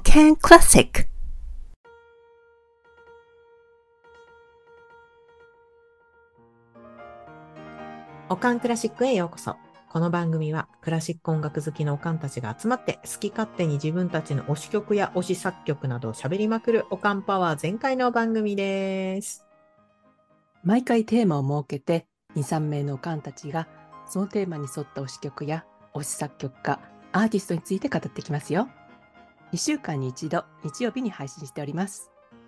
Okan Classic。 オカンクラシックへようこそ。この番組はクラシック音楽好きのオカンたちが集まって好き勝手に自分たちの推し曲や推し作曲などを喋りまくるオカンパワー全開の番組です。 毎回テーマを設けて2、3名のオカンたちがそのテーマに沿った推し曲や推し作曲家、アーティストについて語ってきますよ。2週間に1度、日曜日に配信しております。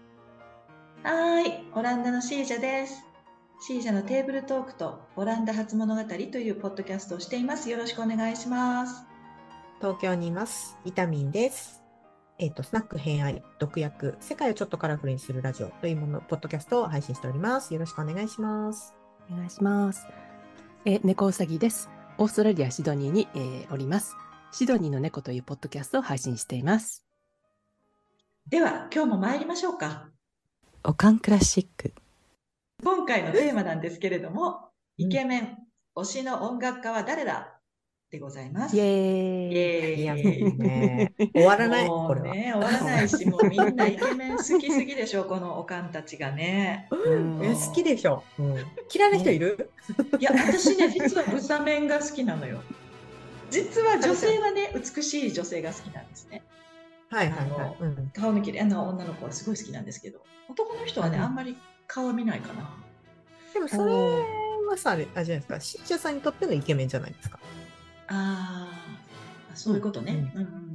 オランダのシージャです。シージャのテーブルトークとオランダ初物語というポッドキャストをしています。よろしくお願いします。 東京にいます。イタミンです。スナック偏愛、毒薬、世界をちょっとカラフルにするラジオというもの、ポッドキャストを配信しております。よろしくお願いします。 お願いします。猫うさぎです。オーストラリア・シドニーに、おります。シドニーの猫というポッドキャストを配信しています。 では、今日も参りましょうか。 オカンクラシック。 今回のテーマなんですけれども、イケメン、推しの音楽家は誰だでございます。 イエーイ。 イエーイ。 いや、もうね、終わらない、 もうこれは。 ね、終わらないし、もうみんなイケメン好きすぎでしょ、このオカンたちがね。 好きでしょ。嫌いな人いる？ いや、私ね、実はブサメンが好きなのよ。実は女性はね、美しい女性が好きなんですね。 はいはいはい。 顔の綺麗な女の子はすごい好きなんですけど、男の人はね、あんまり顔は見ないかな。 でもそれはさ、あれじゃないですか、シージャさんにとってのイケメンじゃないですか。 そういうことね。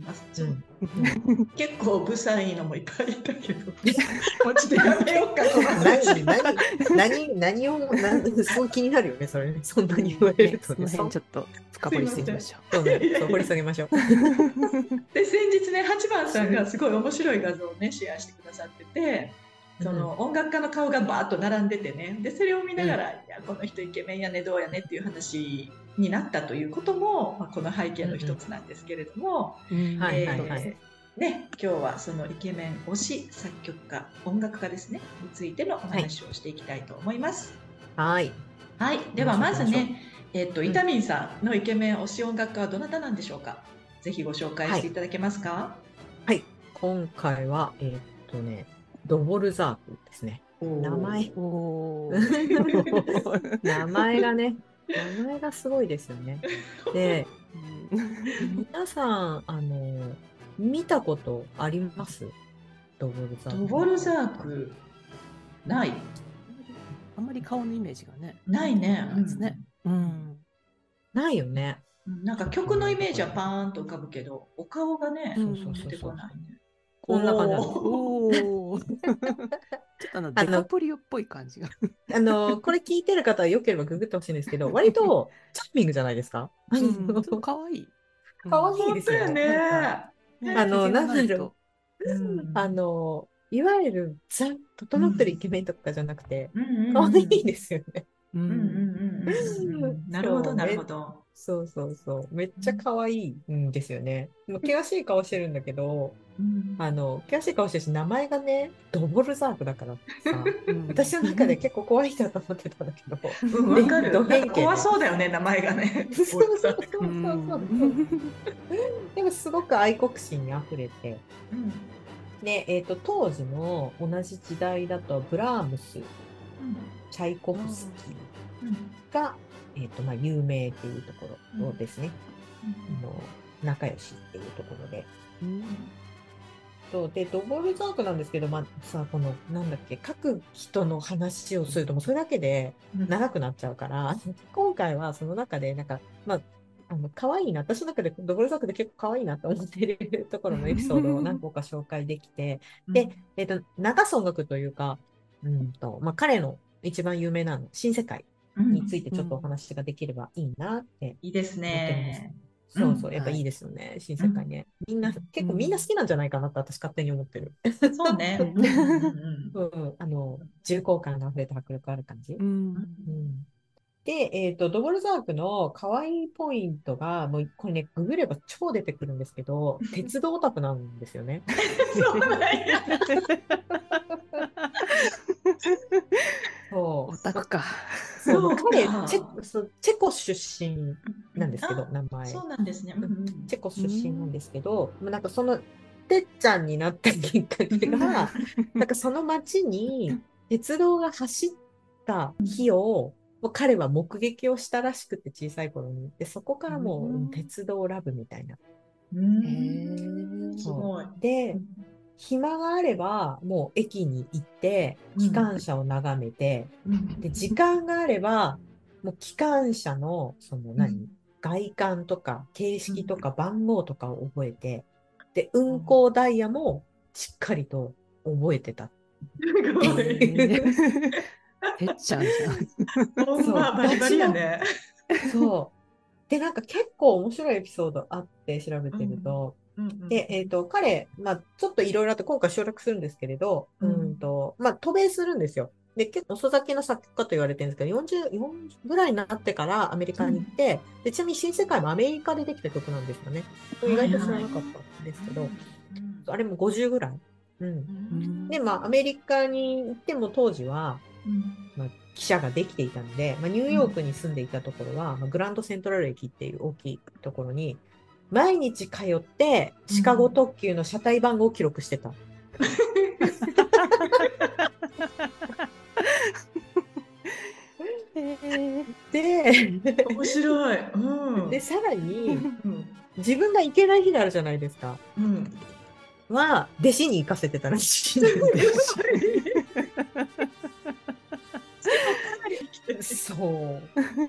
結構ブサいのもいっぱいいたけど、もうちょっとやめようかと。 何をすごい気になるよね、それね。そんなに言われるとね。 その辺ちょっと深掘りしていきましょう。 そうね、掘り下げましょう。 で、先日ね、8番さんがすごい面白い画像をね、シェアしてくださってて、その音楽家の顔がバーッと並んでてね、でそれを見ながら、いやこの人イケメンやね、どうやねっていう話になったということも、この背景の一つなんですけれども、今日はそのイケメン推し作曲家、音楽家ですねについてのお話をしていきたいと思います。 はい。 はい、ではまずね、イタミンさんのイケメン推し音楽家はどなたなんでしょうか。ぜひご紹介していただけますか。 はい、今回はドボルザークですね。名前がすごいですよね。で、皆さん見たことあります？ドボルザーク。 ドボルザークない。 あんまり顔のイメージがね。 ないね。 ないよね。 なんか曲のイメージはパーンと浮かぶけど、お顔がね、出てこないね。 こんな感じなんです。 ちょっとデカポリオっぽい感じが。 これ聞いてる方はよければググってほしいんですけど、割とチャーミングじゃないですか。 かわいい。 かわいいですよね。なんだろう。いわゆる整ってるイケメンとかじゃなくて、かわいいですよね。 なるほど、なるほど。 そう。めっちゃ可愛いんですよね。険しい顔してるんだけど、険しい顔してるし、名前がね、ドボルザークだからさ、私の中で結構怖い人だと思ってたんだけど。 わかる。怖そうだよね、名前がね。 そう。でもすごく愛国心にあふれて。で、当時の同じ時代だと、ブラームス、チャイコフスキーが、有名っていうところですね。仲良しっていうところで。で、ドボルザークなんですけど、書く人の話をすると、もうそれだけで長くなっちゃうから、今回はその中で、可愛いな、私の中でドボルザークで結構可愛いなと思っているところのエピソードを何個か紹介できて、で、流す音楽というか、彼の一番有名な新世界についてちょっとお話ができればいいなっていいですね。 そう、やっぱいいですよね、新世界ね。結構みんな好きなんじゃないかなって私勝手に思ってる。 そうね。 重厚感があふれて迫力ある感じ。で、ドボルザークの可愛いポイントが、もうこれね、ググれば超出てくるんですけど、鉄道オタクなんですよね。 そうなんや。 オタクか。 彼、チェコ出身なんですけど、名前。 そうなんですね。 チェコ出身なんですけど、そのてっちゃんになったきっかけが、なんかその町に鉄道が走った日を、もう彼は目撃をしたらしくて、小さい頃に。で、そこからもう鉄道ラブみたいな。 すごい。 で、暇があれば、もう駅に行って、機関車を眺めて、で、時間があれば、もう機関車の、外観とか、形式とか、番号とかを覚えて、で、運行ダイヤもしっかりと覚えてた。 すごい。 てっちゃんじゃん。 ほんま、バリバリやね。 そう。で、なんか結構面白いエピソードあって調べてると、で、彼、ちょっといろいろあって今回省略するんですけれど、渡米するんですよ。で、結構遅咲きの作曲家と言われてるんですけど、40ぐらいになってからアメリカに行って、で、ちなみに新世界もアメリカでできた曲なんですよね。意外と知らなかったんですけど、あれも50ぐらい。で、アメリカに行っても当時は、記者ができていたので、ニューヨークに住んでいたところは、グランドセントラル駅っていう大きいところに、毎日通ってシカゴ特急の車体番号を記録してた。で、 面白い。 で、さらに、自分が行けない日があるじゃないですか。は、弟子に行かせてたらしいんで。そう。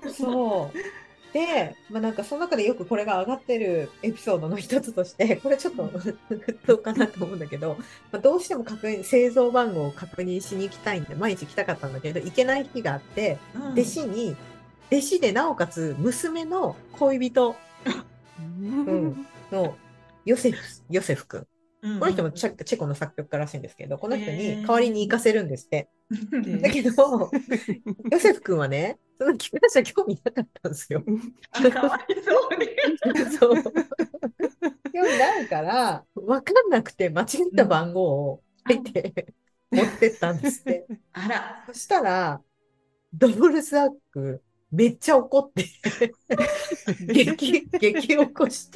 そう。で、なんかその中でよくこれが上がってるエピソードの一つとして、これちょっと沸騰かなと思うんだけど、どうしても製造番号を確認しに行きたいんで、毎日来たかったんだけど、行けない日があって、弟子でなおかつ娘の恋人、のヨセフ君。この人もチェコの作曲家らしいんですけど、この人に代わりに行かせるんですって。だけど、ヨセフ君はね、その機関車興味なかったんですよ。 かわいそうに。 そう。興味ないから、わかんなくて間違った番号を書いて、持ってったんですって。 あら。 そしたら、ドボルザーク、めっちゃ怒って激起こして、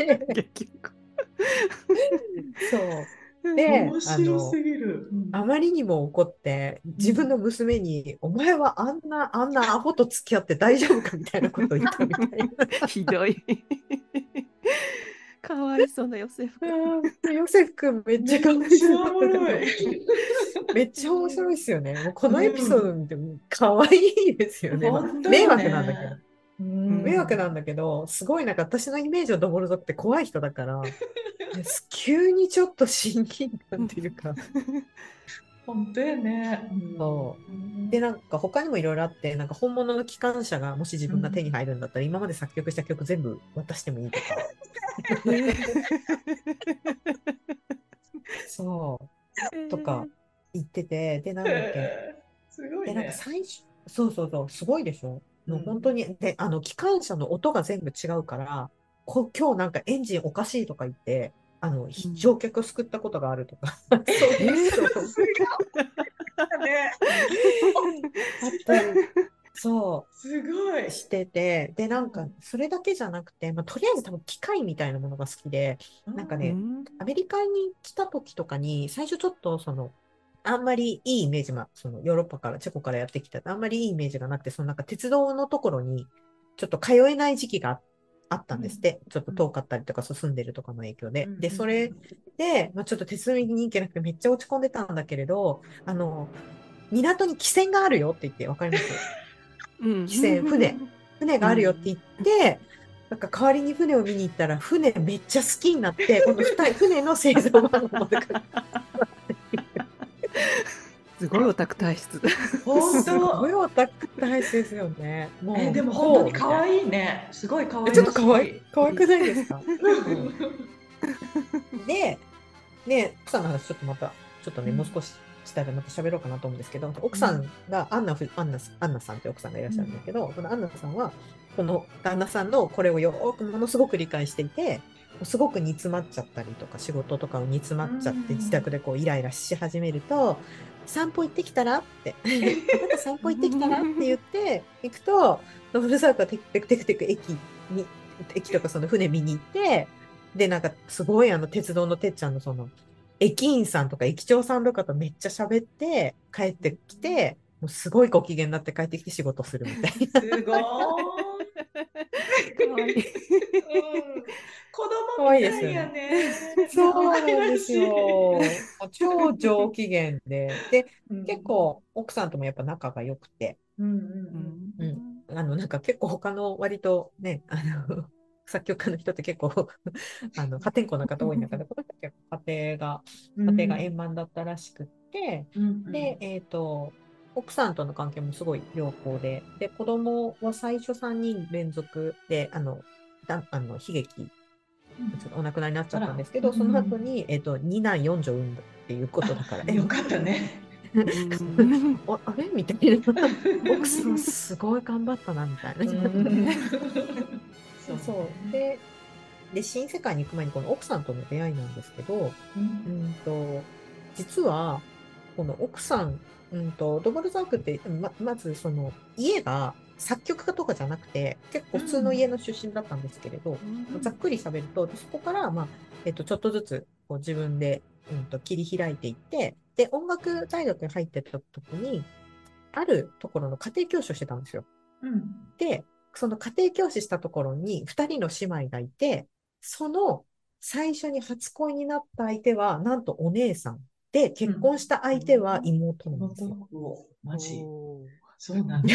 そう。で、 面白すぎる。 あまりにも怒って、自分の娘に、お前はあんなアホと付き合って大丈夫かみたいなことを言ったみたいな。 ひどい。かわいそうなヨセフ君。 ヨセフ君めっちゃかわいそう。めっちゃ面白いですよね。もうこのエピソード見てもかわいいですよね。迷惑なんだけど。迷惑なんだけど、すごいなんか私のイメージのドボルゾクって怖い人だから、急にちょっと親近感っていうか。 本当やね。 そう。で、なんか他にもいろいろあって、なんか本物の機関車がもし自分が手に入るんだったら、今まで作曲した曲全部渡してもいいとか。そう。とか言ってて、で、なんだっけ。 すごいね。 で、なんか最初、そう、すごいでしょ。もう本当に、で、機関車の音が全部違うから、今日なんかエンジンおかしいとか言って、乗客を救ったことがあるとか。そういう人。そう。 すごい。 してて、で、なんか、それだけじゃなくて、とりあえず多分機械みたいなものが好きで、なんかね、アメリカに来た時とかに、最初ちょっとあんまりいいイメージ、ヨーロッパから、チェコからやってきた、あんまりいいイメージがなくて、なんか鉄道のところに、ちょっと通えない時期があったんですって。ちょっと遠かったりとか、住んでるとかの影響で。で、それで、ちょっと鉄道に行けなくてめっちゃ落ち込んでたんだけれど、港に汽船があるよって言って、わかります汽船、船があるよって言って、なんか代わりに船を見に行ったら、船めっちゃ好きになって、今度船の製造番号ですごいオタク体質。 本当。 すごいオタク体質ですよね。もうでも本当に可愛いね。すごい可愛い。 ちょっと可愛くないですか？で、奥さんの話ちょっとまた、ちょっとね、もう少ししたらまた喋ろうかなと思うんですけど、奥さんがアンナさんという奥さんがいらっしゃるんだけど、このアンナさんは、この旦那さんのこれをよくものすごく理解していて、すごく煮詰まっちゃったりとか、仕事とかを煮詰まっちゃって、自宅でこうイライラし始めると、散歩行ってきたらって、あなた散歩行ってきたらって言って、行くと、ノブルサークはテクテク駅とかその船見に行って、で、なんかすごい鉄道のてっちゃんの駅員さんとか駅長さんとかとめっちゃ喋って帰ってきて、もうすごいご機嫌になって帰ってきて仕事するみたいな。 すごーい。 かわいい。 うん、子供み可愛いですたいやよね。 ね。 そう可愛なんですらしい。 よ。もう超上機嫌で、結うん構奥さんともやっぱ仲が良くて、 うんうんうんうん。なんか結構他の割とね、作曲家の人って結構破天荒な方多い中で、この人は結構家庭が円満だったらしくって、 うんうんで、奥さんとの関係もすごい良好で、子供は最初3人連続で、悲劇、ちょっとお亡くなりになっちゃったんですけど、その後に、2男4女産んだっていうことだから、 よかったね。 うんあれみたいな。奥さんすごい頑張ったな、みたいな。 そうそう。 ね。 で、新世界に行く前にこの奥さんとの出会いなんですけど、 うん実は、この奥さん、ドボルザークって、まずその家が作曲家とかじゃなくて、結構普通の家の出身だったんですけれど、ざっくり喋ると、そこから、ちょっとずつこう自分で、切り開いていって、で、音楽大学に入ってた時に、あるところの家庭教師をしてたんですよ。 うんで、その家庭教師したところに2人の姉妹がいて、その最初に初恋になった相手は、なんとお姉さんで、結婚した相手は妹なんですよ。 お、マジ。 おそうなんだ。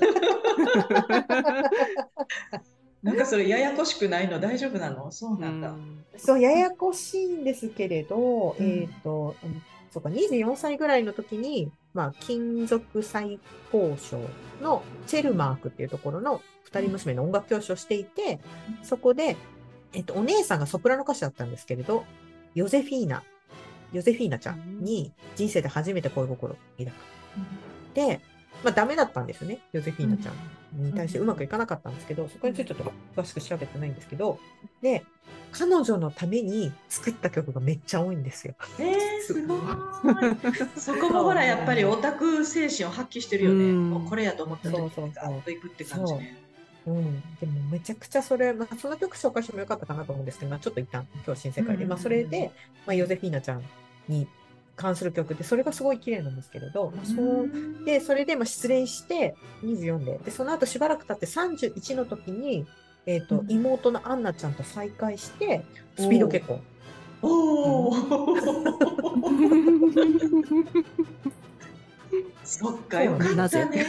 なんかそれややこしくないの大丈夫なの？そうーなんだ。 そう、ややこしいんですけれど、 うんそうか、24歳ぐらいの時に、金属最高賞のチェルマークっていうところの二人娘の音楽教師をしていて、そこで、お姉さんがソプラノ歌手だったんですけれど、ヨゼフィーナ、ヨゼフィーナちゃんに人生で初めて恋心を抱く。で、ダメだったんですね。ヨゼフィーナちゃんに対してうまくいかなかったんですけど、そこについてちょっと詳しく調べてないんですけど、で、彼女のために作った曲がめっちゃ多いんですよ。 すごい。そこもほらやっぱりオタク精神を発揮してるよね。もうこれやと思った時にガーッといくって感じね。 でもめちゃくちゃそれ、その曲紹介してもよかったかなと思うんですけど、ちょっと一旦今日新世界で、それで、ヨゼフィーナちゃんに関する曲で、それがすごい綺麗なんですけれど、それで失恋して24で、その後しばらく経って31の時に、妹のアンナちゃんと再会して、スピード結婚。 おお。そっか、よかったね。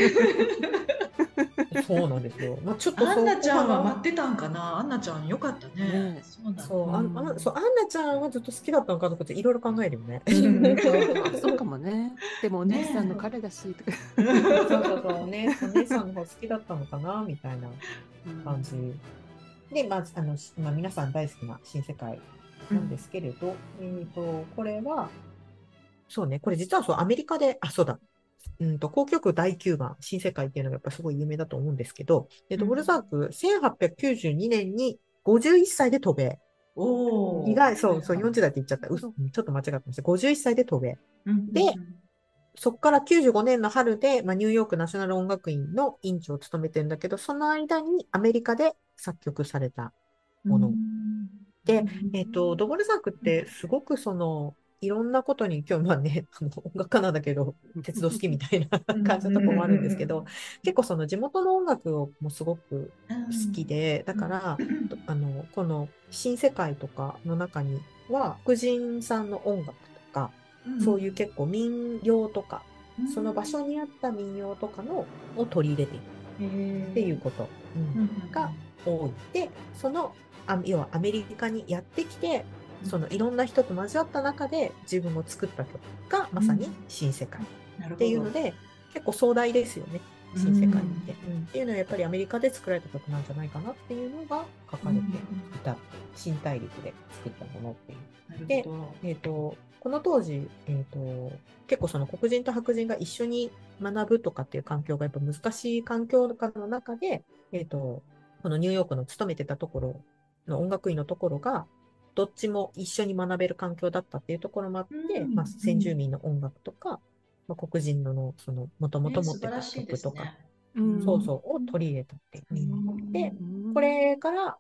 そうなんですよ。ちょっとアンナちゃんは待ってたんかな。アンナちゃんよかったね。 そう、アンナちゃんはずっと好きだったのかとかっていろいろ考えるよね。 そうかもね。でもお姉さんの彼だしとか。 お姉さんの方好きだったのかなみたいな感じ。で、皆さん大好きな新世界なんですけれど、これは、そうね、これ実はアメリカで、そうだ、交響曲第9番、新世界っていうのがやっぱすごい有名だと思うんですけど、ドボルザーク、1892年に51歳で渡米。意外、40代って言っちゃった。ちょっと間違ってました。51歳で渡米。で、そこから95年の春で、ニューヨークナショナル音楽院の院長を務めてるんだけど、その間にアメリカで作曲されたもの。で、ドボルザークってすごくいろんなことに今日音楽家なんだけど、鉄道好きみたいな感じのとこもあるんですけど、結構地元の音楽もすごく好きで、だから、この新世界とかの中には、黒人さんの音楽とか、そういう結構民謡とか、その場所にあった民謡とかを取り入れていくっていうことが多い。で、要はアメリカにやってきて、いろんな人と交わった中で自分を作った曲がまさに新世界っていうので、結構壮大ですよね、新世界って。っていうのはやっぱりアメリカで作られた曲なんじゃないかなっていうのが書かれていた、新大陸で作ったものっていう。で、この当時、結構黒人と白人が一緒に学ぶとかっていう環境がやっぱ難しい環境の中で、このニューヨークの勤めてたところの音楽院のところが、どっちも一緒に学べる環境だったっていうところもあって、先住民の音楽とか、黒人のもともと持ってた曲とか、を取り入れたっていう。で、これから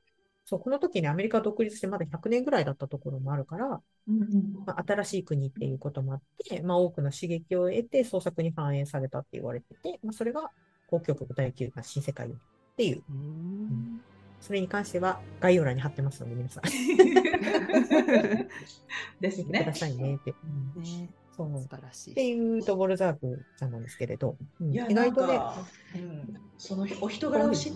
そう、この時にアメリカ独立してまだ100年ぐらいだったところもあるから、新しい国っていうこともあって、多くの刺激を得て創作に反映されたって言われてて、それが交響曲第9番新世界っていう。それに関しては概要欄に貼ってますので、皆さん。 です見てくだね。 さいねって。そう素晴らしい。 っていうドボルザークちゃんなんですけれど、 いや、 意外とね、 そのお人柄を知って、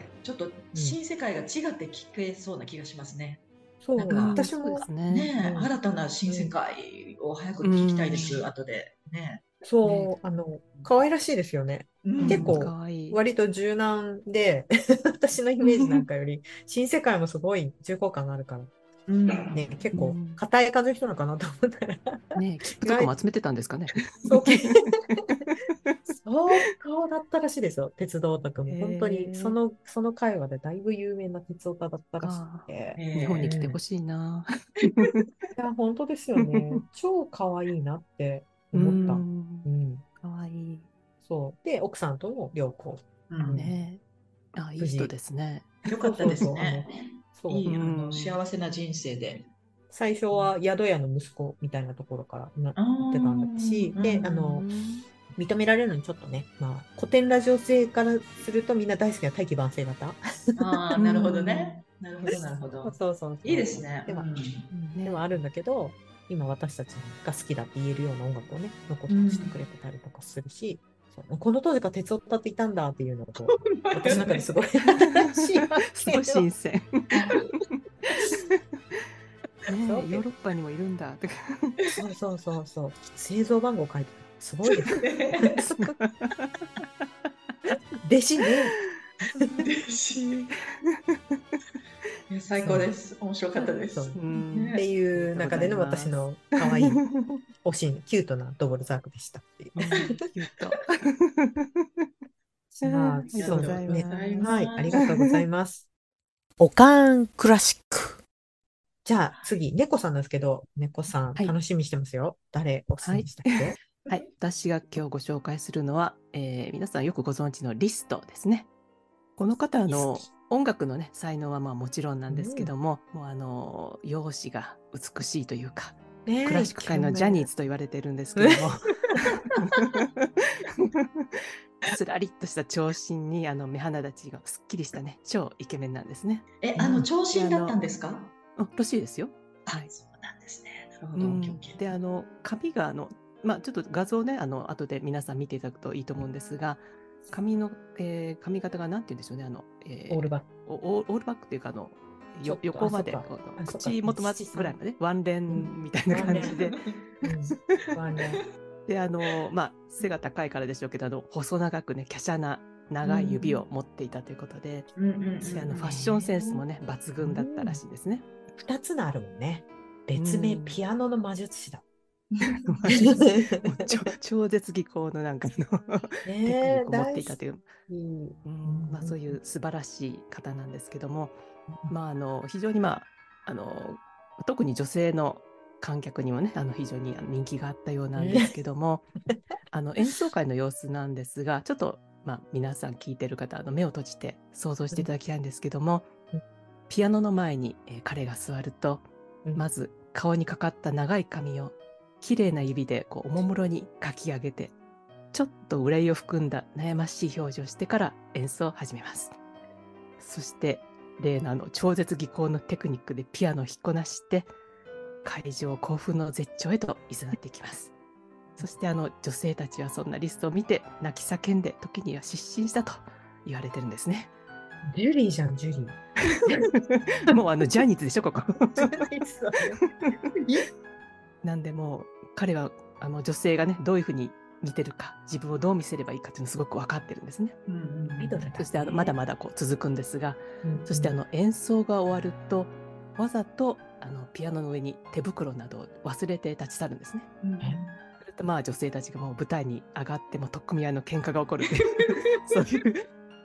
ちょっと新世界が違って聞けそうな気がしますね。 そう、 なんか私もね、新たな新世界を早く聞きたいです、後で。ね。 そう、可愛らしいですよね。結構、割と柔軟で、私のイメージなんかより、新世界もすごい重厚感があるから、ね、結構、硬い感じの人なのかなと思ったら。 ね、切符とかも集めてたんですかね。 そう、そうだったらしいですよ、鉄道オタクも。本当に、その会話でだいぶ有名な鉄オタだったらしくて。 日本に来てほしいな。 いや、本当ですよね。超可愛いなって思った。 可愛い。 そう。で、奥さんとの良好。 ね。いい人ですね。 よかったですね。いい、幸せな人生で。 最初は宿屋の息子みたいなところから行ってたんだし、で、認められるのにちょっとね、古典ラジオ性からするとみんな大好きな大器晩成型。 なるほどね。なるほど、なるほど。 そう。 いいですね。 でもあるんだけど、今私たちが好きだって言えるような音楽をね、残してくれてたりとかするし、この当時から鉄オタっていたんだっていうのが私の中ですごいすごい新鮮。ヨーロッパにもいるんだって。 そう。製造番号書いてすごいですね。弟子ね。 弟子。最高です。面白かったです。 っていう中での私の可愛い推し、キュートなドボルザークでしたっていう。 キュート。 ありがとうございます。 はい、ありがとうございます。おかんクラシック。じゃあ次、猫さんなんですけど、猫さん、楽しみにしてますよ。誰おすすめでしたっけ？ はい、私が今日ご紹介するのは、皆さんよくご存知のリストですね。この方の音楽のね才能はもちろんなんですけども、もう容姿が美しいというか、クラシック界のジャニーズと言われてるんですけども、すらりっとした長身に目鼻立ちがすっきりしたね超イケメンなんですね。 長身だったんですか？ らしいですよ。 はい、そうなんですね。なるほど。 で髪がちょっと画像ね後で皆さん見ていただくといいと思うんですが、髪型がなんて言うんでしょうね、 オールバック。 オールバックっていうか横まで口元ぐらいまでワンレンみたいな感じで、で背が高いからでしょうけど細長くね華奢な長い指を持っていたということで、ファッションセンスもね抜群だったらしいですね。 2つのあるもんね。別名ピアノの魔術師だ。 超絶技巧のなんかのテクニックを持っていたという、そういう素晴らしい方なんですけども、非常に特に女性の観客にもね非常に人気があったようなんですけども、演奏会の様子なんですが、ちょっと皆さん聞いてる方目を閉じて想像していただきたいんですけども、ピアノの前に彼が座ると、まず顔にかかった長い髪を綺麗な指でおもむろにかき上げて、ちょっと憂いを含んだ悩ましい表情をしてから演奏を始めます。そして例の超絶技巧のテクニックでピアノを弾きこなして会場を興奮の絶頂へと誘っていきます。そして女性たちはそんなリストを見て泣き叫んで、時には失神したと言われてるんですね。 ジュリーじゃん、ジュリー。もうジャニーズでしょここ。なんでもう彼は女性がねどういうふうに見てるか、自分をどう見せればいいかっていうのすごく分かってるんですね。そしてまだまだ続くんですが、そして演奏が終わるとわざとピアノの上に手袋などを忘れて立ち去るんですね。それと女性たちがもう舞台に上がっても取っ組み合いの喧嘩が起こるっていうそういう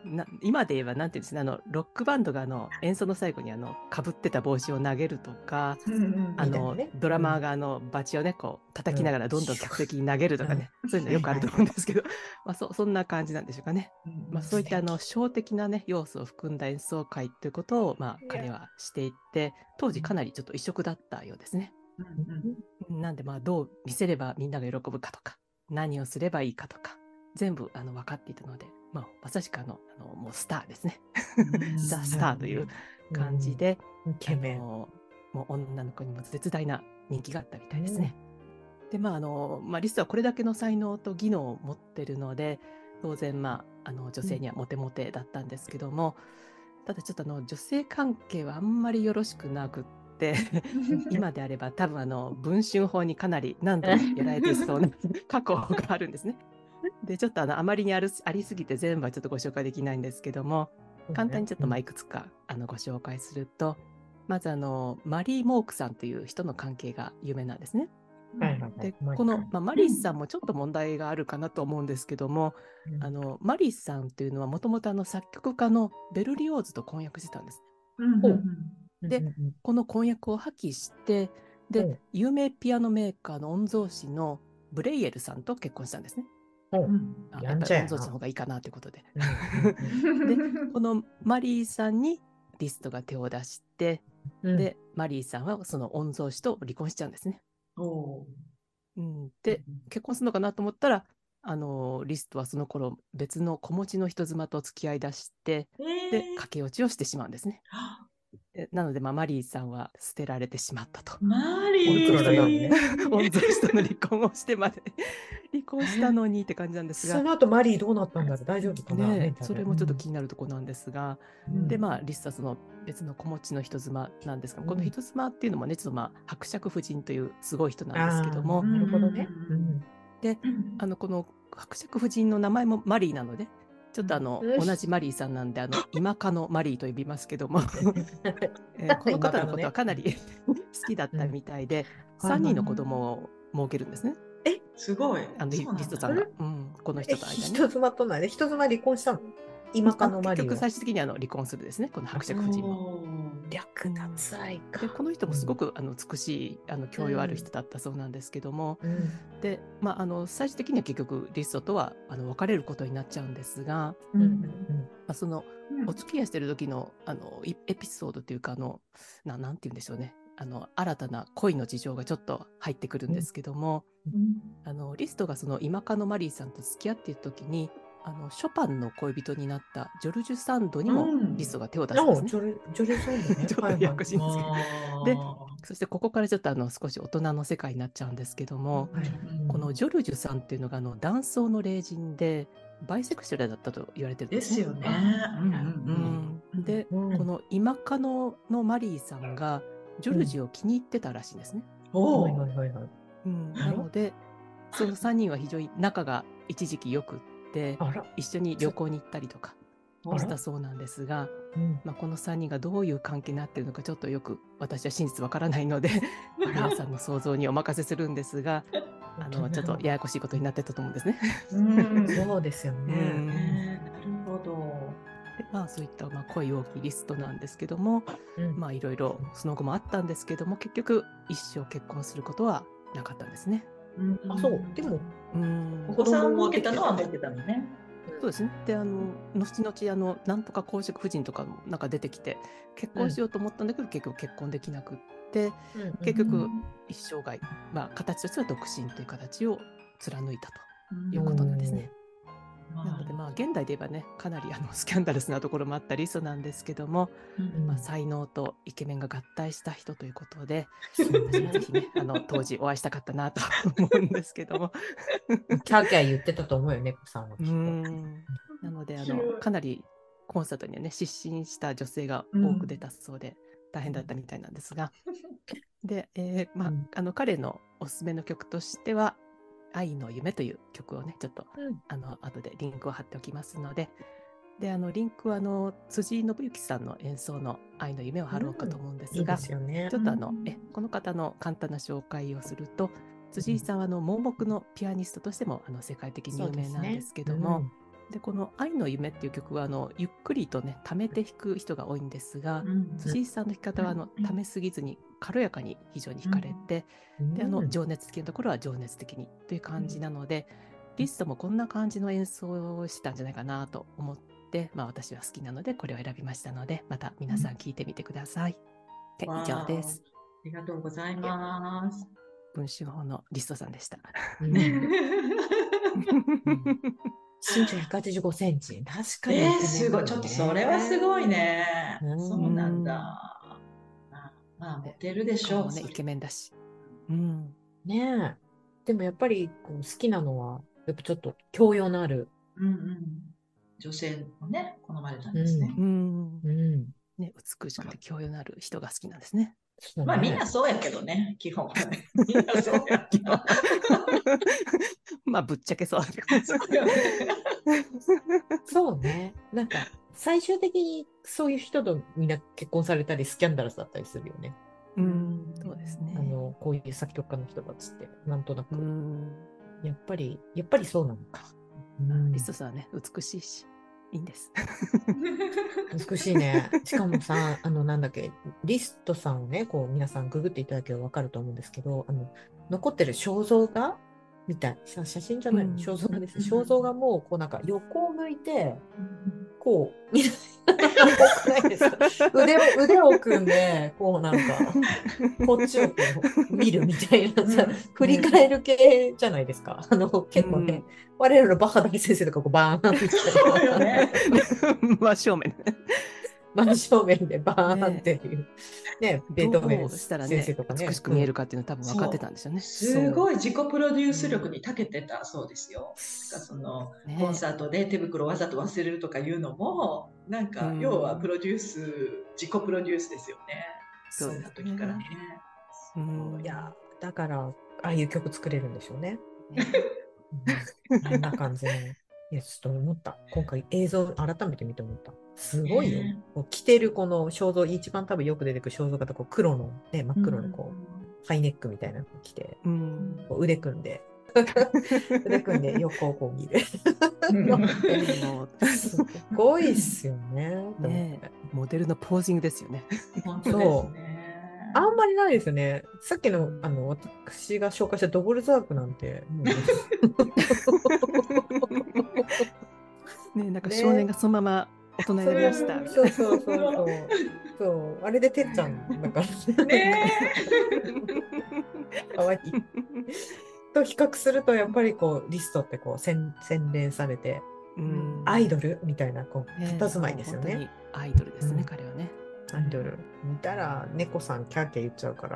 今で言えばなんていうんですね、ロックバンドが演奏の最後に被ってた帽子を投げるとか、 みたいなね。 ドラマーがバチをねこう叩きながらどんどん客席に投げるとかね、そういうのよくあると思うんですけど、まあそんな感じなんでしょうかね。まあ、そういった小的なね要素を含んだ演奏会ということをまあ彼はしていて、当時かなりちょっと異色だったようですね。なんでまあどう見せればみんなが喜ぶかとか、何をすればいいかとか全部分かっていたので、まあ、まさしくもうスターですね。ザ・スターという感じで、 イケメン。 もう女の子にも絶大な人気があったみたいですね。でまあリストはこれだけの才能と技能を持ってるので、当然まあ女性にはモテモテだったんですけども、ただちょっと女性関係はあんまりよろしくなくって今であれば多分文春法にかなり何度もやられていそうな過去があるんですね。でちょっとあまりにありすぎて全部はちょっとご紹介できないんですけども、簡単にちょっといくつかご紹介すると、まずマリー・モークさんという人の関係が有名なんですね。でこの、マリーさんもちょっと問題があるかなと思うんですけども、マリーさんというのはもともと作曲家のベルリオーズと婚約してたんです。でこの婚約を破棄して、で有名ピアノメーカーの御曹司のブレイエルさんと結婚したんですね。やっぱり御曹司の方がいいかなということで。でこのマリーさんにリストが手を出して、でマリーさんはその御曹司と離婚しちゃうんですね。で結婚するのかなと思ったら、リストはその頃別の子持ちの人妻と付き合い出して、で駆け落ちをしてしまうんですね。なので、マリーさんは捨てられてしまったと。 マリー御曹司との離婚をしてまで離婚したのにって感じなんですが、 その後マリーどうなったんだろう、大丈夫かな、 それもちょっと気になるところなんですが、でリストはその別の子持ちの人妻なんですが、この人妻っていうのもね、ちょっと伯爵夫人というすごい人なんですけども、 なるほどね。 でこの伯爵夫人の名前もマリーなので、ちょっと同じマリーさんなんで今かのマリーと呼びますけどもこの方のことはかなり好きだったみたいで、3人の子供を設けるんですね。 すごい。 リストさんが、この人と間に。 人妻とないで、人妻離婚したの？今かのマリーは。 結局最終的に離婚するですね、この伯爵夫人も。 略奪愛か。 でこの人もすごく美しい教養ある人だったそうなんですけども、で最終的には結局リストとは別れることになっちゃうんですが、そのお付き合いしてる時のエピソードというかなんて言うんでしょうね、新たな恋の事情がちょっと入ってくるんですけども、リストがその今かのマリーさんと付き合っている時にショパンの恋人になったジョルジュ・サンドにもリストが手を出すんですね。 ジョルジュ・サンドね。 ちょっとややこしいんですけど。でそしてここからちょっと少し大人の世界になっちゃうんですけども、このジョルジュさんっていうのが男装の麗人でバイセクシュアルだったと言われてるんですね。 ですよね。 でこの今かのマリーさんがジョルジュを気に入ってたらしいんですね。なのでその3人は非常に仲が一時期よくって一緒に旅行に行ったりとかしたそうなんですが、この3人がどういう関係になっているのかちょっとよく私は真実わからないので皆さんの想像にお任せするんですが、ちょっとややこしいことになってたと思うんですね。 そうですよね。 なるほど。 でそういった恋多きリストなんですけども、いろいろその後もあったんですけども、結局一生結婚することはなかったんですね。 そうでもお子さんを設けたのは持ってたのね。 そうですね。で後々なんとか公爵夫人とかもなんか出てきて結婚しようと思ったんだけど、結局結婚できなくって、結局一生涯、形としては独身という形を貫いたということなんですね。なので現代で言えばね、かなりスキャンダルスなところもあったリストなんですけども、才能とイケメンが合体した人ということで、私もぜひね当時お会いしたかったなと思うんですけどもキャーキャー言ってたと思うよね、子さんは。 なのでかなりコンサートにはね失神した女性が多く出たそうで、大変だったみたいなんですが、で、彼のおすすめの曲としては愛の夢という曲をね、ちょっと、後でリンクを貼っておきますので、でリンクは辻信之さんの演奏の愛の夢を貼ろうかと思うんですが、ちょっとこの方の簡単な紹介をすると、辻井さんは盲目のピアニストとしても世界的に有名なんですけども、 でこの「愛の夢」っていう曲はゆっくりとね溜めて弾く人が多いんですが、辻井さんの弾き方は溜めすぎずに軽やかに非常に弾かれて、で情熱的なところは情熱的にという感じなので、リストもこんな感じの演奏をしたんじゃないかなと思って、私は好きなのでこれを選びましたので、また皆さん聴いてみてください。以上です。 ありがとうございます。 文春法のリストさんでした。 身長185センチ。確かに、 すごい。ちょっとそれはすごいね。そうなんだ。モテるでしょうね。イケメンだし。 ねえ。でもやっぱり好きなのは、やっぱちょっと教養のある。 女性をね、好まれたんですね。 ね、美しくて教養のある人が好きなんですね。 みんなそうやけどね、基本はね。みんなそうやけど。 ぶっちゃけそう。 そうね。なんか、最終的にそういう人とみんな結婚されたり、スキャンダラスだったりするよね。 そうですね。 こういう作曲家の人たちって、なんとなく。やっぱりそうなのか。 リストさんはね、美しいし。いいんです。 美しいね。しかもさ、なんだっけ、リストさんをね、皆さんググっていただければ分かると思うんですけど、残ってる肖像画みたいな、写真じゃないの、肖像画ですね。肖像画も、なんか横を向いて、みたいな、ないですか？腕を組んで、なんか、こっちを見るみたいなさ、振り返る系じゃないですか。結構ね、我らのバッハ大先生とかバーンみたいな。 そうよね。 真正面。 真正面でバーンっていう。ね、ベートーベン先生とかね。 美しく見えるかっていうの多分分かってたんですよね。 すごい自己プロデュース力に長けてたそうですよ。コンサートで手袋わざと忘れるとかいうのも、なんか、要は自己プロデュースですよね。そういう時からね。 いや、だから、ああいう曲作れるんでしょうね。あんな感じの。いや、ちょっと思った。今回映像改めて見て思った。すごいよ。着てるこの肖像、一番多分よく出てくる肖像画と黒の、ね、真っ黒のハイネックみたいなの着て、腕組んで、横を見る。すごいっすよね。 モデルのポージングですよね。 そう。あんまりないですよね。さっきの、私が紹介したドボルザークなんて、 なんか少年がそのまま大人になりました。 そう。あれでてっちゃんだからね。かわいい。と比較すると、やっぱりリストって洗練されて、アイドルみたいな、佇まいですよね。 アイドルですね、彼はね。 アイドル。見たら、猫さんキャーキャー言っちゃうから。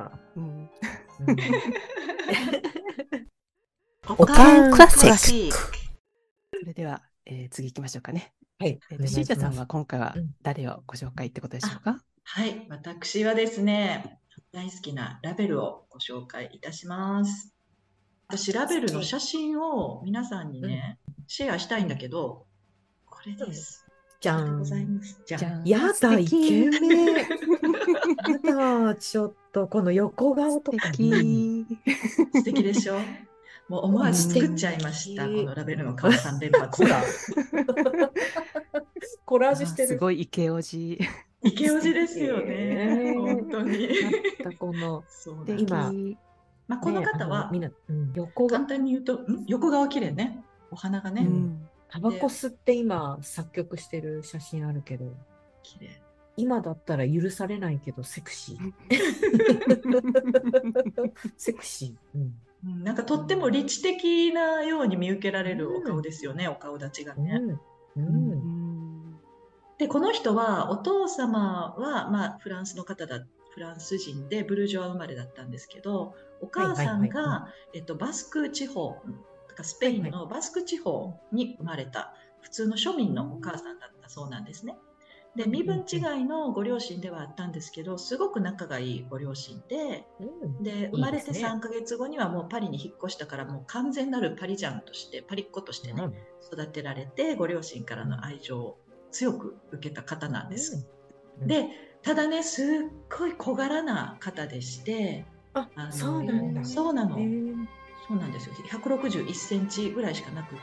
おかんクラシック。 それでは、次行きましょうかね。 はい。 しーちゃさんは今回は誰をご紹介ってことでしょうか？ はい。私はですね、大好きなラベルをご紹介いたします。私、ラベルの写真を皆さんにね、シェアしたいんだけど、これです。 じゃん。 ございます。じゃん。 やだ、イケメン。やだ、ちょっと、この横顔とか素敵でしょ？もう思わず作っちゃいました。このラベルの顔3連発。 コラージュしてる。 すごいイケオジ。 イケオジですよね。本当に。 この今、 この方は、簡単に言うと、横顔綺麗ね。お花がね。 タバコ吸って今作曲してる写真あるけど、 綺麗。 今だったら許されないけどセクシー。セクシー。なんかとっても理知的なように見受けられるお顔ですよね、お顔立ちがね。で、この人は、お父様は、フランスの方フランス人でブルジョア生まれだったんですけど、お母さんが、バスク地方、スペインのバスク地方に生まれた普通の庶民のお母さんだったそうなんですね。で、身分違いのご両親ではあったんですけど、すごく仲がいいご両親で、生まれて3ヶ月後にはもうパリに引っ越したから、もう完全なるパリジャンとして、パリっ子としてね、育てられて、ご両親からの愛情を強く受けた方なんです。で、ただね、すっごい小柄な方でして、 そうなんだ。 そうなの。 そうなんですよ。161センチぐらいしかなくって、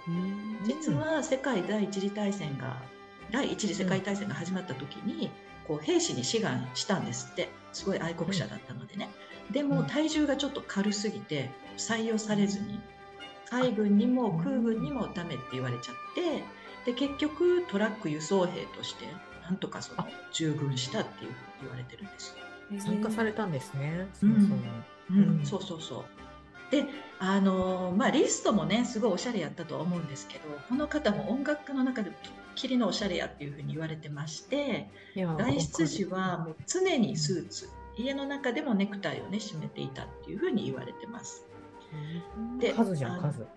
実は第一次世界大戦が始まった時に、こう兵士に志願したんですって。すごい愛国者だったのでね。でも体重がちょっと軽すぎて採用されずに、海軍にも空軍にもダメって言われちゃって、で結局トラック輸送兵としてなんとか従軍したっていうふうに言われてるんですよ。 参加されたんですね。 そうそうそう。で、リストもねすごいおしゃれやったとは思うんですけど、この方も音楽家の中でもとっきりのおしゃれやっていうふうに言われてまして、外出時はもう常にスーツ、家の中でもネクタイをね締めていたっていうふうに言われてます。 で、数じゃん、数。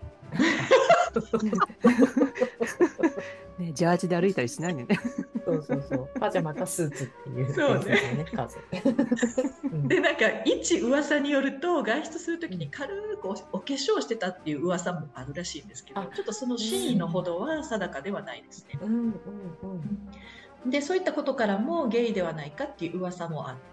ね、ジャージで歩いたりしないのよね。 そうそうそう。パジャマかスーツっていう。 そうね。 数。 で、なんか一噂によると、外出するときに軽くお化粧してたっていう噂もあるらしいんですけど、ちょっとその真意のほどは定かではないですね。で、そういったことからもゲイではないかっていう噂もあって、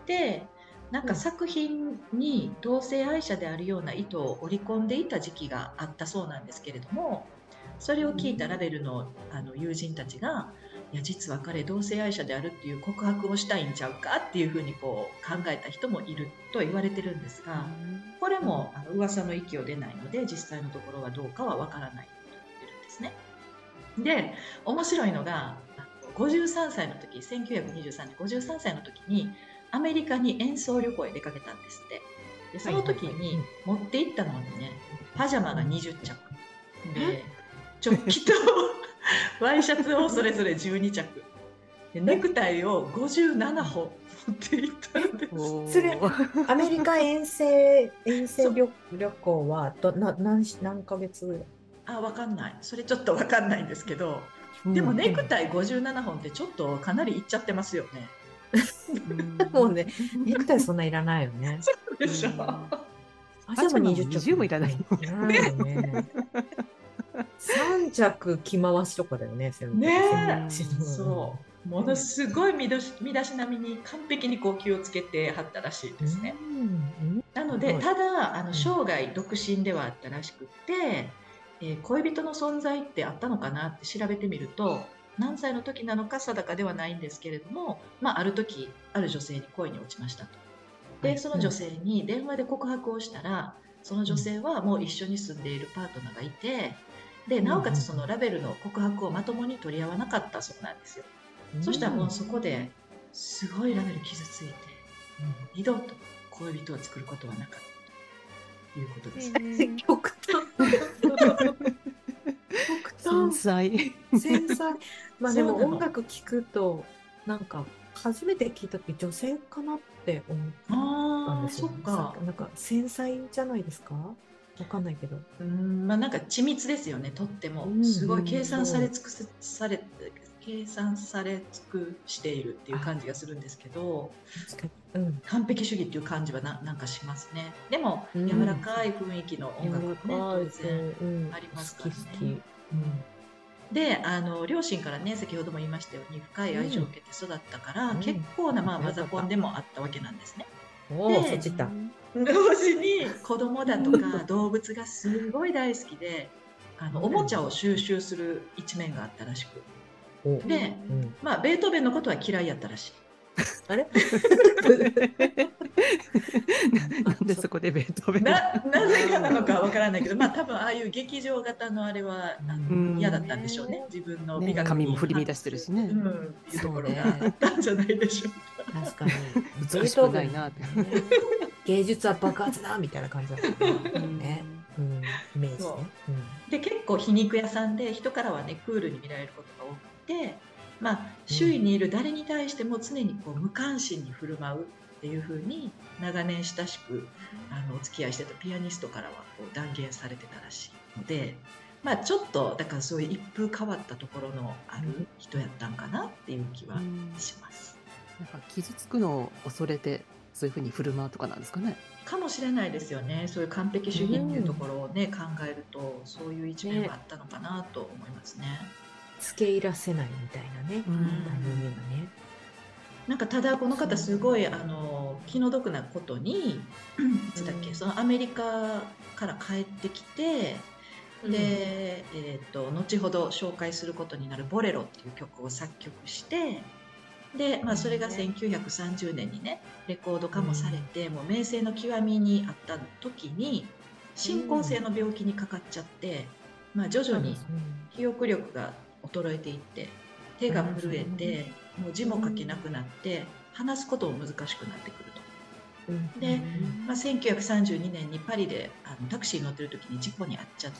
なんか作品に同性愛者であるような意図を織り込んでいた時期があったそうなんですけれども、それを聞いたラベルの友人たちが、いや実は彼同性愛者であるっていう告白をしたいんちゃうかっていうふうにこう考えた人もいると言われてるんですが、これも噂の域を出ないので実際のところはどうかはわからないと言ってるんですね。で、面白いのが53歳の時、1923年53歳の時にアメリカに演奏旅行へ出かけたんですって。でその時に持って行ったのはね、パジャマが20着で、チョッキとワイシャツをそれぞれ12着で、ネクタイを57本持って行ったんです。 それアメリカ遠征旅行は何ヶ月ぐらい？ わかんない。それちょっとわかんないんですけど、でもネクタイ57本ってちょっとかなりいっちゃってますよね。 もうね、ネクタイそんないらないよね。 そうでしょ。 パジャマ20もいらないよね。3着着回しとかだよね。 ねえ、そう。ものすごい身だしなみに完璧にこう気をつけてはったらしいですね。なので、ただ生涯独身ではあったらしくて、恋人の存在ってあったのかなって調べてみると、何歳の時なのか定かではないんですけれども、ある時ある女性に恋に落ちましたと。でその女性に電話で告白をしたら、その女性はもう一緒に住んでいるパートナーがいて、でなおかつそのラベルの告白をまともに取り合わなかったそうなんですよ。そしたらもうそこですごいラベル傷ついて、二度と恋人を作ることはなかったということです。 極端。 繊細。 でも音楽聴くとなんか初めて聞いた時女性かなって思ったんですよ。なんか繊細じゃないですか？わかんないけど。 なんか緻密ですよね。とってもすごい計算され尽くしているっていう感じがするんですけど、完璧主義っていう感じはなんかしますね。でも柔らかい雰囲気の音楽もね、当然ありますからね。で両親からね、先ほども言いましたように深い愛情を受けて育ったから、結構なマザコンでもあったわけなんですね。で同時に子供だとか動物がすごい大好きで、おもちゃを収集する一面があったらしく、で、ベートーベンのことは嫌いやったらしい。 あれなんでそこでベートーベンなぜかなのかわからないけど、多分ああいう劇場型のあれは嫌だったんでしょうね。自分の美学に髪も振り乱してるしね。 っていうところがあったんじゃないでしょうか。 確かに。 美しくないなって。 芸術は爆発だみたいな感じだったね。イメージね。 で結構皮肉屋さんで、人からはねクールに見られることが多くて、周囲にいる誰に対しても常にこう無関心に振る舞うっていう風に長年親しくお付き合いしてたピアニストからはこう断言されてたらしいので、ちょっとだからそういう一風変わったところのある人やったんかなっていう気はします。 なんか傷つくのを恐れてそういう風に振る舞うとかなんですかね。 かもしれないですよね。そういう完璧主義っていうところをね、考えるとそういう一面があったのかなと思いますね。 付け入らせないみたいなね。 なんかただこの方すごい気の毒なことに、そのアメリカから帰ってきて、で、後ほど紹介することになるボレロっていう曲を作曲して、で、それが1930年にね、レコード化もされて、もう名声の極みにあった時に、進行性の病気にかかっちゃって、徐々に記憶力が衰えていって、手が震えて、もう字も書けなくなって、話すことも難しくなってくると。で、1932年にパリでタクシーに乗ってる時に事故に遭っちゃって、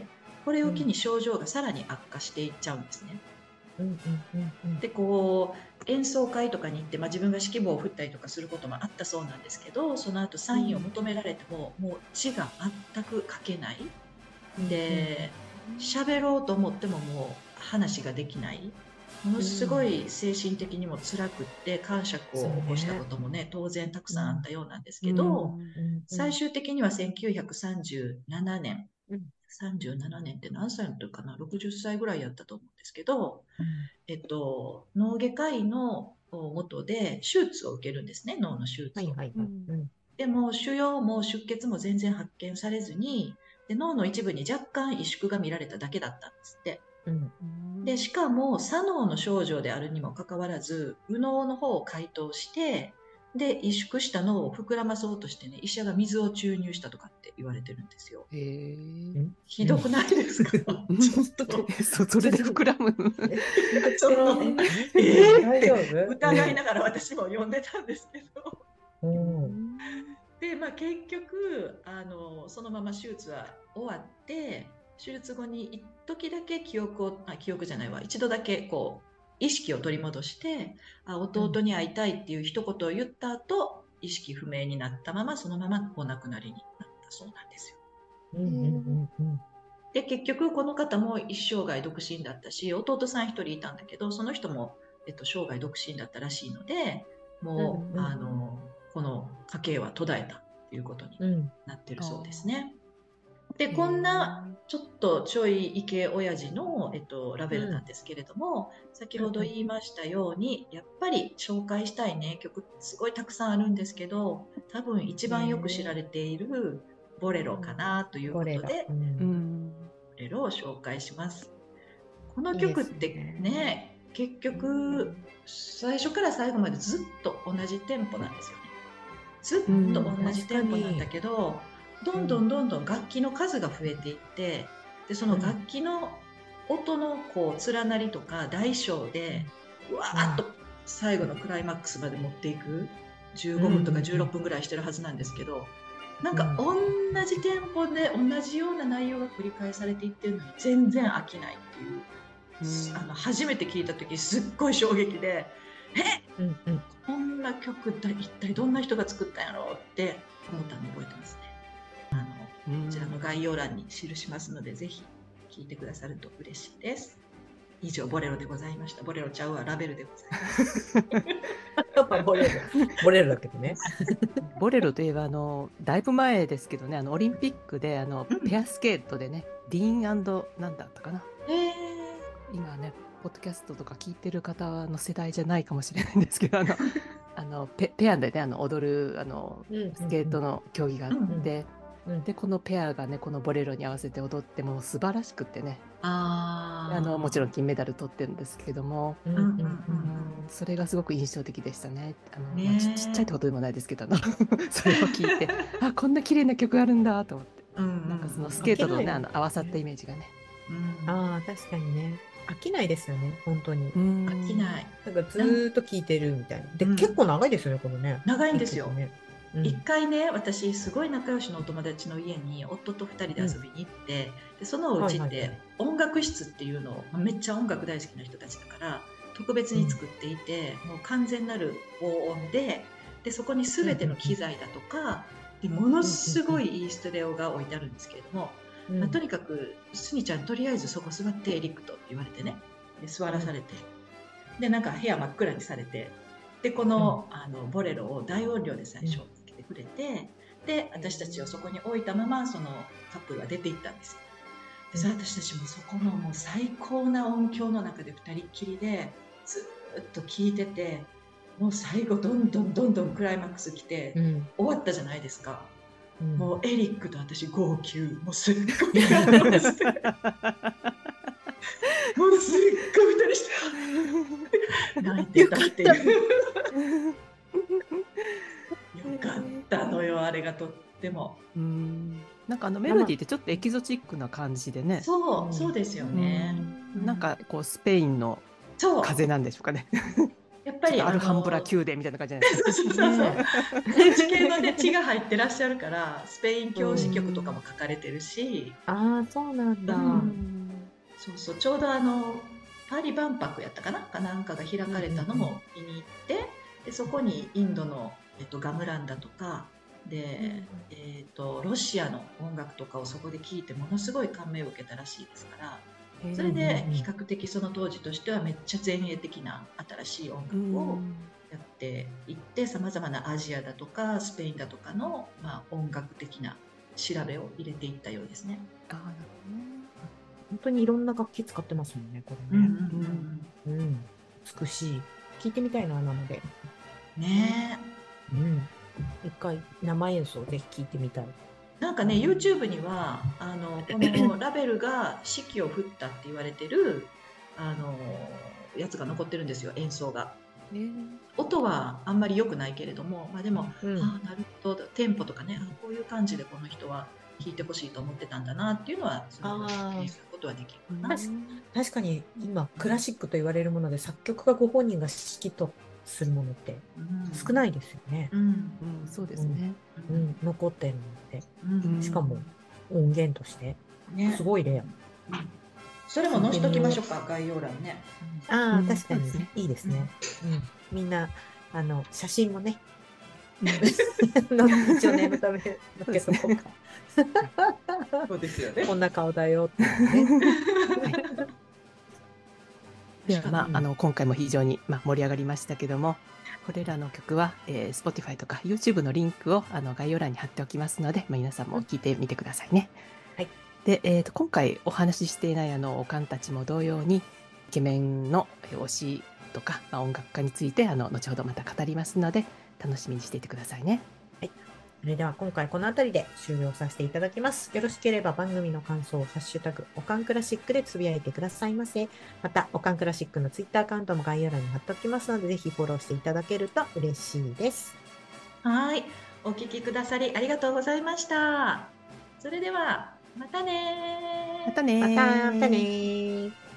これを機に症状がさらに悪化していっちゃうんですね。で、こう演奏会とかに行って、自分が指揮棒を振ったりとかすることもあったそうなんですけど、その後サインを求められても、もう字が全く書けない。で、喋ろうと思ってももう話ができない。ものすごい精神的にも辛くって感触を起こしたこともね、当然たくさんあったようなんですけど、最終的には1937年、37年って何歳の時かな、60歳ぐらいやったと思うんですけど、脳外科医の下で手術を受けるんですね、脳の手術を。でも腫瘍も出血も全然発見されずに、で脳の一部に若干萎縮が見られただけだったんですって。でしかも左脳の症状であるにもかかわらず、右脳の方を解凍して、で萎縮した脳を膨らまそうとしてね、医者が水を注入したとかって言われてるんですよ。ひどくないですか？ちょっとそれで膨らむ。 ちょっと大丈夫？ 疑いながら私も読んでたんですけど。で、結局そのまま手術は終わって、手術後に一時だけ記憶じゃないわ、一度だけこう意識を取り戻して、弟に会いたいっていう一言を言った後、意識不明になったまま、そのままお亡くなりになったそうなんですよ。で、結局この方も一生涯独身だったし、弟さん一人いたんだけど、その人も、生涯独身だったらしいので、もう、この家系は途絶えたっていうことになってるそうですね。で、こんなちょっとちょいイケ親父の、ラベルなんですけれども、先ほど言いましたように、やっぱり紹介したいね曲すごいたくさんあるんですけど、多分一番よく知られているボレロかなということで、ボレロを紹介します。この曲ってね、結局最初から最後までずっと同じテンポなんですよね。ずっと同じテンポなんだけど、どんどん楽器の数が増えていって、でその楽器の音のこう連なりとか大小でうわーっと最後のクライマックスまで持っていく、15分とか16分ぐらいしてるはずなんですけど、なんか同じテンポで同じような内容が繰り返されていってるのに全然飽きないっていう、初めて聞いた時すっごい衝撃で、こんな曲一体どんな人が作ったんやろうって思ったのを覚えてますね。こちらの概要欄に記しますので、ぜひ聴いてくださると嬉しいです。以上、ボレロでございました。ボレロちゃうわ、ラベルでございます。 ボレロだけどね。 ボレロといえばだいぶ前ですけどね、オリンピックでペアスケートでね、ディーン&なんだったかな。今ね、ポッドキャストとか聞いてる方の世代じゃないかもしれないんですけど、ペアでね、踊るスケートの競技があって、でこのペアがね、このボレロに合わせて踊っても素晴らしくってね、もちろん金メダル取ってるんですけども、それがすごく印象的でしたね。ちっちゃいってことでもないですけど、それを聞いてこんな綺麗な曲あるんだと思って、なんかそのスケートのね、合わさったイメージがね。 確かにね、飽きないですよね、本当に。 飽きない。 なんかずーっと聴いてるみたいな。で、結構長いですよね、このね。 長いんですよ。一回ね、私すごい仲良しのお友達の家に夫と2人で遊びに行って、でそのうちって音楽室っていうのを、めっちゃ音楽大好きな人たちだから特別に作っていて、もう完全なる高音で、そこに全ての機材だとか、でものすごいいいステレオが置いてあるんですけれども、とにかくスニちゃんとりあえずそこ座ってエリックとって言われてね、で座らされて、でなんか部屋真っ暗にされて、でこの、ボレロを大音量で最初つけてくれて、で私たちをそこに置いたままそのカップルは出て行ったんですよ。で私たちもそこのもう最高な音響の中で2人っきりでずっと聴いてて、もう最後どんどんクライマックス来て、終わったじゃないですか。 もうエリックと私号泣、もうすっごい感動して、もうすっごい二人して泣いてたっていう。よかったのよ、あれがとっても。 なんかメロディーってちょっとエキゾチックな感じでね。 そうですよね。 なんかこうスペインの風なんでしょうかね。 やっぱりアルハンブラ宮殿みたいな感じじゃないですか。 そう地形のね血が入ってらっしゃるから、スペイン教師曲とかも書かれてるし。 ああ、そうなんだ。 そうそう、ちょうどパリ万博やったかな、なんかが開かれたのも見に行って、でそこにインドのガムランダとかで、ロシアの音楽とかをそこで聴いてものすごい感銘を受けたらしいですから。それで比較的その当時としてはめっちゃ前衛的な新しい音楽をやっていって、さまざまなアジアだとかスペインだとかの、音楽的な調べを入れていったようですね。 なるほどね。本当にいろんな楽器使ってますもんね、これね。美しい。聞いてみたいな、生で。 ねえ。一回生演奏ぜひ聞いてみたい。 なんかね、YouTube にはこのラベルが指揮を振ったって言われてるやつが残ってるんですよ、演奏が。音はあんまり良くないけれども、でも、なるほど、テンポとかね、こういう感じでこの人は弾いてほしいと思ってたんだなっていうのはすることはできるかな。 確かに今クラシックと言われるもので作曲家ご本人が指揮とするものって少ないですよね。 そうですね。 残ってるので、しかも音源としてすごいレア。 それも載せときましょうか、概要欄ね。 ああ、確かにいいですね。みんな写真もね、一応念のためのけとこうか。 そうですよね。 こんな顔だよってね。 では今回も非常に盛り上がりましたけども、これらの曲はSpotify とか YouTube のリンクを概要欄に貼っておきますので、皆さんも聞いてみてくださいね。 はい。 で、今回お話ししていないおかんたちも同様にイケメンの推しとか、音楽家について後ほどまた語りますので楽しみにしていてくださいね。 はい。それでは今回この辺りで終了させていただきます。よろしければ番組の感想をハッシュタグおかんクラシックでつぶやいてくださいませ。またおかんクラシックのツイッターアカウントも概要欄に貼っておきますので、ぜひフォローしていただけると嬉しいです。 はい、お聞きくださりありがとうございました。それではまたね。 またね。